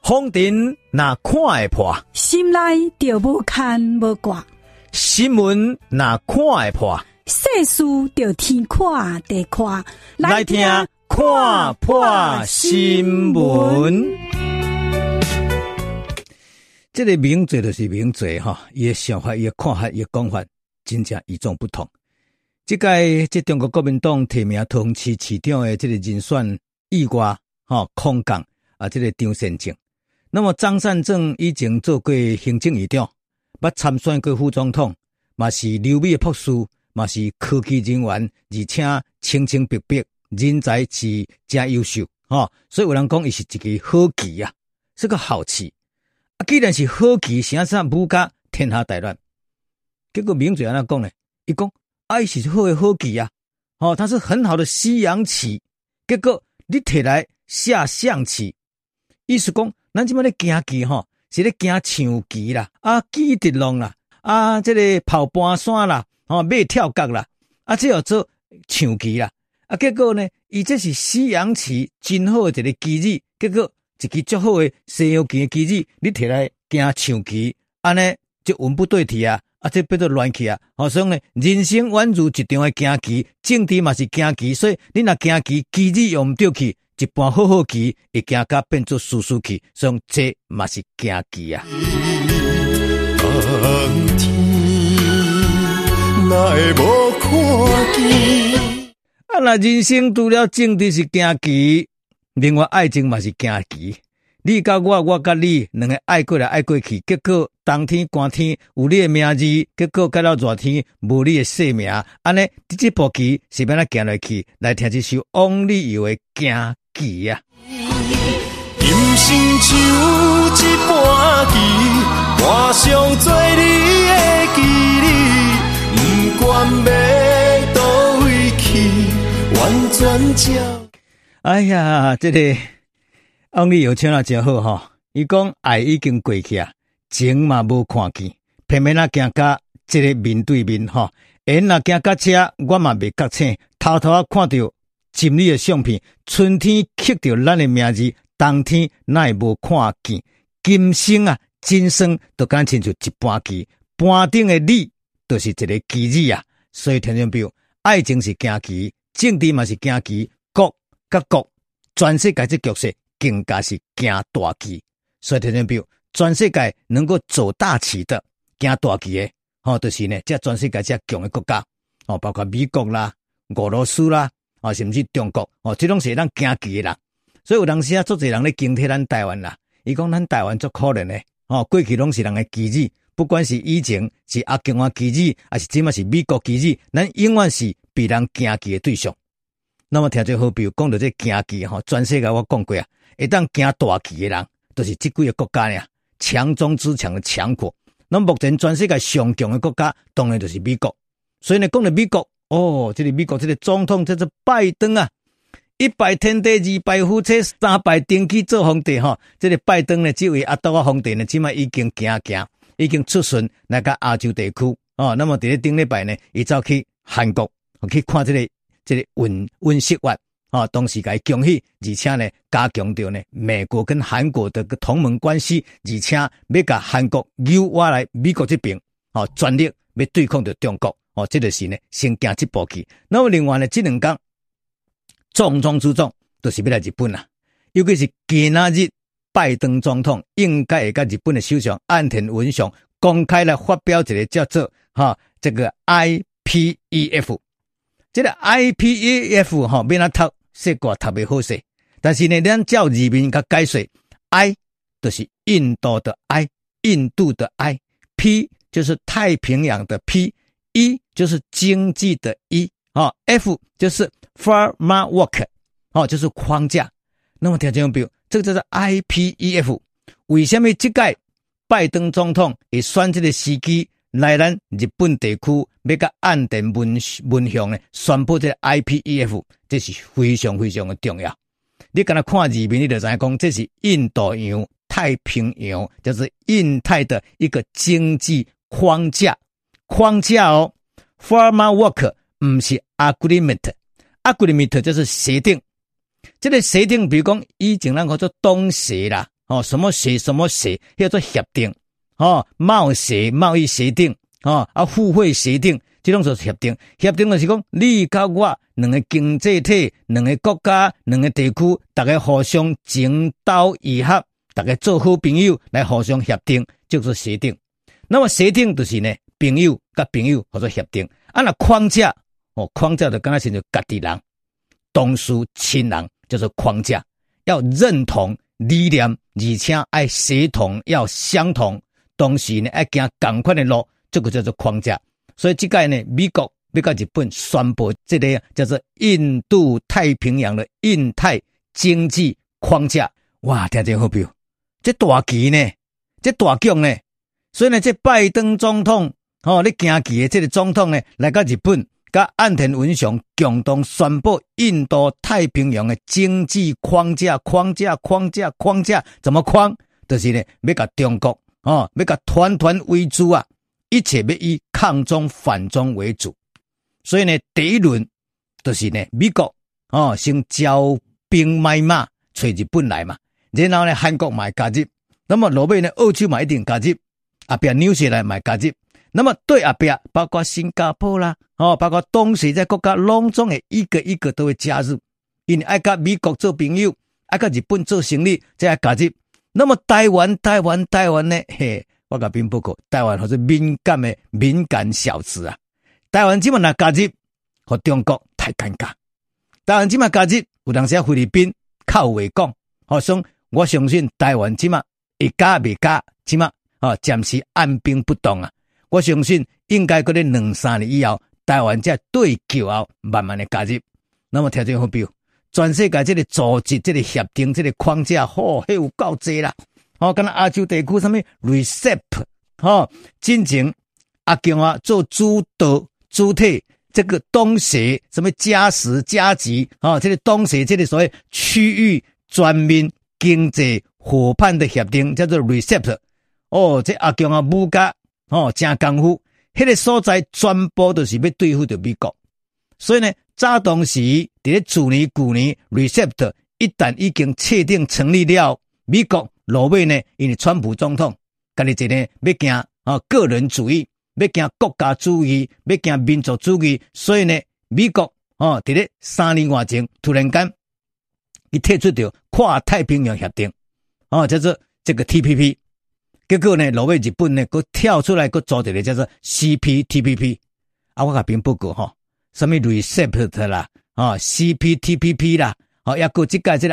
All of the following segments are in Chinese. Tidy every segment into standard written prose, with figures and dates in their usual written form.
风尘若看会破， 心内就无牵无挂； 新闻若看会破， 世事就天看地看。 来听看破新闻。这个名嘴就是名嘴哈，伊的想法、伊的看法、伊的讲法，真正与众不同。这届这中国国民党提名桃园市市长的这个人选意外空降啊，这个张善政。那么张善政以前做过行政院长，捌参选过副总统，嘛是留美的博士，嘛是科技人员，而且清清白白，人才是真优秀所以有人讲伊是一个好棋啊，是个好棋啊。既然是好棋，啥武家天下大乱？结果名嘴安怎讲呢？伊讲伊是好的好棋啊，它是很好的西洋棋。结果你摕来下象棋，意思讲咱即摆咧行棋是咧行象棋啦，棋直龙啦，这个跑搬山啦，马跳角啦，这要做象棋啦。结果呢，伊这是西洋棋真好的一个棋子，结果一个足好的西洋棋的棋子，你摕来行象棋，安尼就文不对题啊，这变做乱去啊。所以呢，人生宛如一场的行棋，政治嘛是行棋，所以你若行棋，棋子用唔对去。一般好好棋会行甲变做输输棋，所以这嘛是行棋啊。天哪会无看见？那人生除了政治是行棋，另外爱情嘛是行棋。你甲我，我甲你，两个爱过来爱过去，结果冬天寒天有你的名字，结果到热天无你的姓名，安尼这步棋是要哪行落去？来听这首王力友的行棋啊！ 人生像一盘棋，我想做你的棋子，不管要倒位去，完全照。 哎呀，这个王力友唱得真好伊讲爱已经过去啊，情嘛无看见，偏偏啊行甲这个面对面因若行甲车，我嘛袂觉醒，偷偷看到锦鲤的相片，春天刻着咱的名字，冬天哪会无看见？今生啊，今生都敢亲像一盘棋，盘顶的你，就是一个棋子啊。所以听众朋友，爱情是行棋，政治嘛是行棋，国甲国，全世界这局势更加是行大棋。所以听众朋友，全世界能够走大棋的，行大棋的，就是呢，这全世界这强的国家，包括美国啦、俄罗斯啦。甚至中国这种是咱行棋的人，所以有当时足侪人咧警惕咱台湾啦。伊讲咱台湾足可怜的过去拢是人的棋子，不管是以前是阿共的棋子，还是即马是美国棋子，咱永远是被人行棋的对象。那么听最好，比如讲到这行棋全世界我讲过啊，会当行大棋的人，都是这几个国家呀，强中之强的强国。那目前全世界上强的国家，当然就是美国。所以呢，讲到美国。这个美国这个总统叫做拜登啊，1败天地，2败夫妻，3败登基做皇帝这个拜登呢，这位阿斗啊皇帝呢，即马已经行，已经出巡那个亚洲地区那么第一顶礼拜呢，伊走去韩国去看这个温室湾同时甲伊恭喜，而且呢加强着呢美国跟韩国的个同盟关系，而且要甲韩国诱挖来美国这边全力要对抗着中国。这就是呢，先行这步棋。那么另外呢，这两天重中之重都是要来日本啦，尤其是今仔日拜登总统应该会跟日本的首相岸田文雄公开来发表一个叫做这个 IPEF。这个 IPEF 免那读说过特别好势，但是呢，咱照字面甲解说 ，I 就是印度的 I， 印度的 I，P 就是太平洋的 P。E 就是经济的 E，F 就是 framework，就是框架。那么听众朋友，这个叫做 IPEF。为什么这届拜登总统会选这个时机来咱日本地区要甲岸田文雄呢宣布这个 IPEF， 这是非常非常的重要。你敢若看字面，你就知影讲这是印度洋、太平洋，就是印太的一个经济框架。framework 不是 agreement 就是协定。这个协定比如讲以前咱叫做东协啦什么协什么协，叫做协定，贸协贸易协定，互惠协定，这种就是协定。协定就是讲，你甲我两个经济体、两个国家、两个地区，大家互相情投意合，大家做好朋友来互相协定，就是协定。那么协定就是呢，朋友甲朋友或者协定。那框架，框架就刚才是就家己人，同属亲人，叫做框架。要认同理念，而且要协同，要相同，同时呢要行同款的路，这个叫做框架。所以这个呢，美国要甲日本宣布这个叫做印度太平洋的印太经济框架。哇，听见好不？这大旗呢，这大局呢。所以呢，这拜登总统，你行旗的这个总统呢，来到日本，甲岸田文雄共同宣布印度太平洋的经济框架，怎么框？就是呢，要甲中国，要甲团团围住啊，一切要以抗中反中为主。所以呢，第一轮就是呢，美国，先招兵买马，找日本来嘛，然后呢，韩国嘛加入，那么落尾呢，澳洲嘛一定加入。后边纽西兰嘛加入，那么对后边包括新加坡啦，包括东西这国家拢总会一个一个都会加入，因为爱甲美国做朋友，爱甲日本做生意，才加入。那么台湾呢？嘿，我甲兵报告，台湾或者敏感小子啊，台湾即马若加入，和中国太尴尬。台湾即马加入，有当时菲律宾靠话讲，所以我相信台湾即马会加未加，即马。暂时按兵不动啊！我相信应该搁咧2-3年以后，台湾才对桥后慢慢的加入。那么听众好朋友，全世界这个组织、这个协定、这个框架，迄有够济啦！敢若亚洲地区什么 RCEP， 进前阿强啊做主体，这个东协什么加10、加级这个东协这个所谓区域全面经济伙伴的协定，叫做 RCEP。这阿强啊，武家真功夫，迄个所在全部都是要对付着美国。所以呢，早当时伫咧旧年 RCEP 一旦已经确定成立了，美国落尾呢，因为川普总统家己一个要行个人主义，要行国家主义，要行民族主义，所以呢，美国伫咧3年外前突然间，伊提出着跨太平洋协定，叫做这个 TPP。结果呢，落尾日本呢，佮跳出来，佮做一个叫做 CPTPP。我甲兵报告什么 RCEP 啦，CPTPP 啦，也佮这个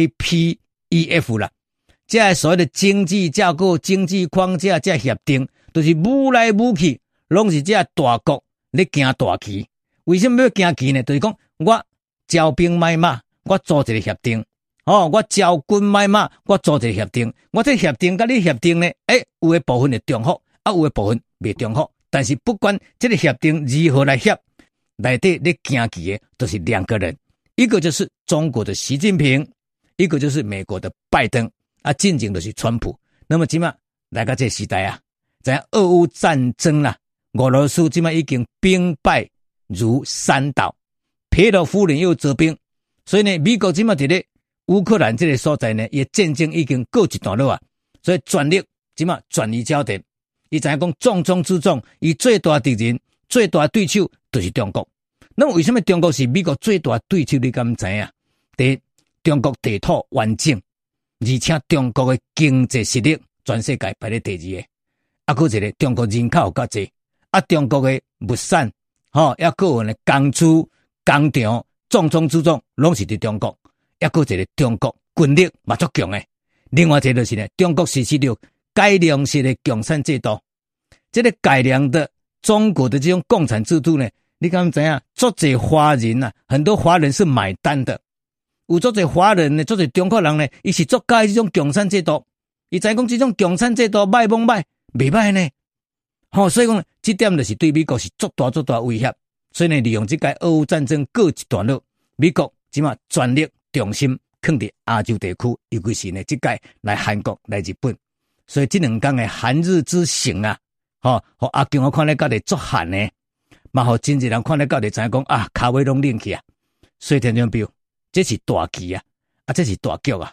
IPEF 啦，这所谓的经济架构、经济框架、这协定，都是舞来舞去，拢是这大国咧行大旗。为什么要行旗呢？就是讲我招兵买马，我做一个协定。我招军买马，我做一个协定，我这协定甲你协定呢，有的部分是中合，有的部分未中合，但是不管这个协定如何来协，内底咧行旗的都是2个人，一个就是中国的习近平，一个就是美国的拜登，进前就是川普。那么即马来到这时代啊，在俄乌战争啦，俄罗斯即马已经兵败如山倒，佩洛夫人又折兵，所以呢，美国即马伫咧乌克兰这个所在呢，也战争已经告一段落啊，所以全力即马转移焦点。伊知影讲重中之重，伊最大敌人、最大对手就是中国。那么为什么中国是美国最大对手？你敢知影？第一，中国地土完整，而且中国的经济实力全世界排咧第2个。还一个中国人口较济，中国的物产，也个有呢工资、工厂，重中之重拢是伫中国。还有一个中国军力嘛足强诶，另外一个就是呢，中国实施了改良式的共产制度。这个改良的中国的这种共产制度呢，你敢知影？足侪华人啊，很多华人是买单的。有足侪华人呢，足侪中国人呢，伊是足介意这种共产制度。伊知讲这种共产制度歹不歹？袂歹呢。所以讲这点就是对美国是足大威胁。所以呢，利用这个俄乌战争告一段落，美国即马全力重心放伫亚洲地区，尤其是呢，这届来韩国、来日本，所以这2天的韩日之行啊，互阿强我看咧到底足汗呢，嘛互真侪人看咧到底知影讲啊，骹尾拢冷去啊，所以听众朋友，这是大旗啊，这是大局啊，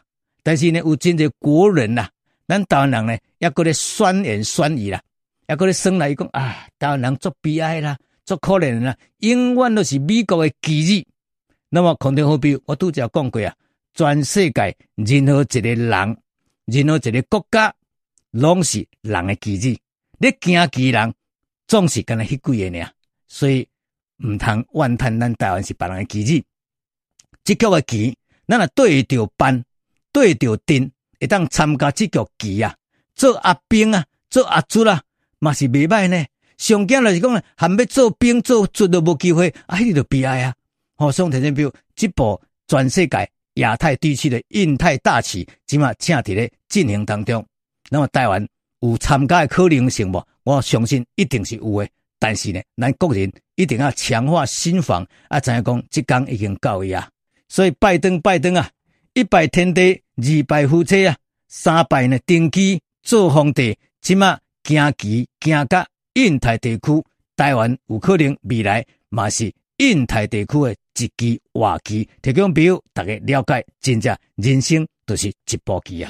但是呢，有真侪国人啦，咱台湾人呢，也搁咧酸言酸语啦，也搁咧生来讲啊，台湾人足悲哀啦，足可怜啦，永远都是美国的棋子。那么空中好比我拄则讲过啊，全世界任何一个人，任何一个国家，拢是人的棋子。你行棋人总是干那迄几个尔，所以唔通怨叹咱台湾是别人的棋子。这局的棋，咱若对着班，对着阵，会当参加这局棋啊，做阿兵啊，做阿卒啊，嘛是袂歹呢。上惊就是讲，含要做兵做卒都无机会，啊，迄个就悲哀啊。所以听见比如这部全世界亚太地区的印太大棋，即马正伫咧进行当中。那么台湾有参加的可能性无？我相信一定是有的。但是呢，咱国人一定要强化心防，啊，知影讲即天已经到位啊。所以拜登啊，一败天地，二败夫妻啊，三败呢登基做皇帝，即马行棋行甲印太地区，台湾有可能未来嘛是印太地区的一棋活棋，提供比如大家了解，真正人生就是一步棋啊。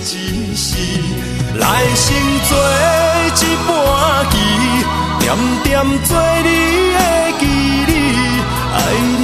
来生做一盘棋，点点做你的棋子，爱。